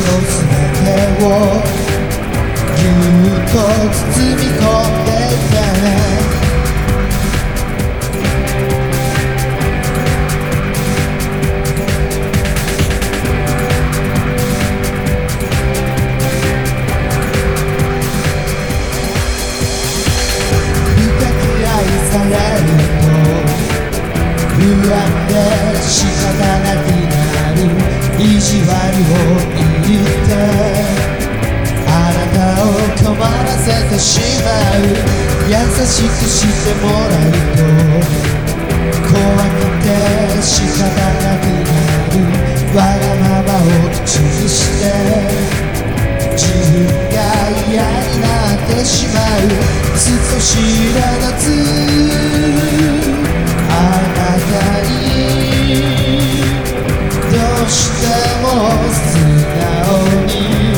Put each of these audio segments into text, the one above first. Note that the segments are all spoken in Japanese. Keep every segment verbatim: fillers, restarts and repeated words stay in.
のすべてをぎゅっと包み込んでいてね。されると不安で仕方なくなる意地悪を言ってあなたを困らせてしまう。優しくしてもらうと怖くて仕方なくなるわがままを口にして自分が嫌になってしまう。少し苛立つあなたにどうしても素直に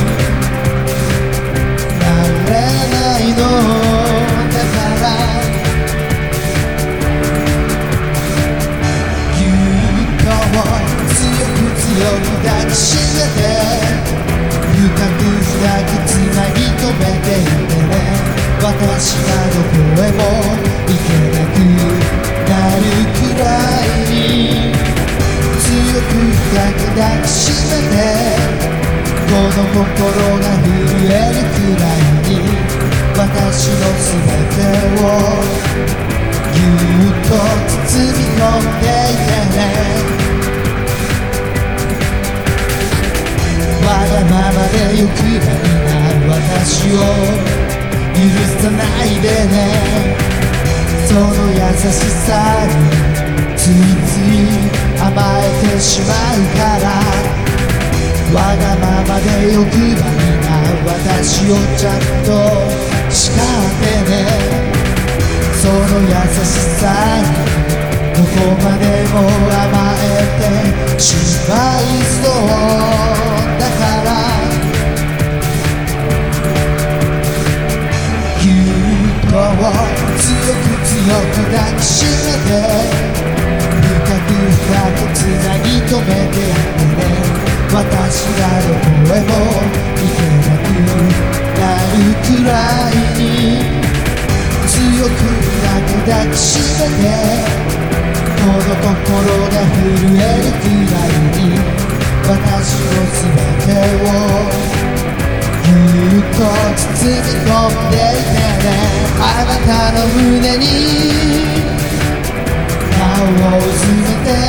なれないのだからぎゅっと強く強く抱きしめて深く深くつなぎ止めていてね。私がどこへも行けなくなるくらいに強く深く抱きしめてこの心が震えるくらいに私の全てをぎゅっと包み込んでいてね。わがままで欲張りな私を許さないでね。その優しさについつい甘えてしまうからわがままで欲張りな私をちゃんと叱ってね。その優しさにどこまでも甘えてしまいそうだから強く強く抱きしめて深く深くつなぎ止めてやってね。私がどこへも行けなくなるくらいに強く深く抱きしめてこの心が震えるくらいに私の全てをぎゅっと包み込んでいてね。あなたの胸に顔をうずめて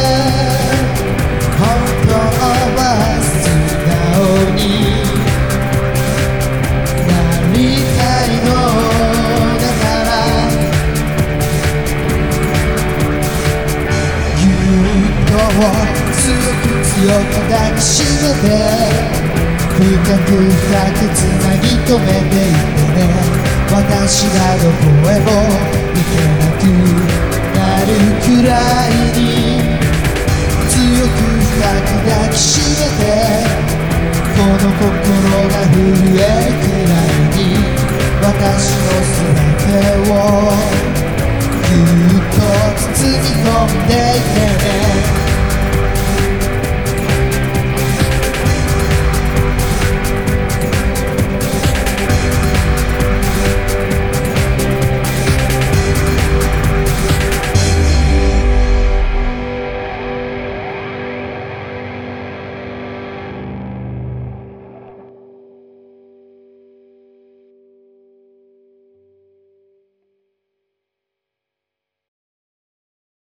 本当は素直になりたいのだからぎゅっと強く強く抱きしめて深く深くつなぎ止めていってね。私がどこへも行けなくなるくらいに強く深く抱きしめてこの心が震えるくらいに私の全てをぎゅっと包み込んでいて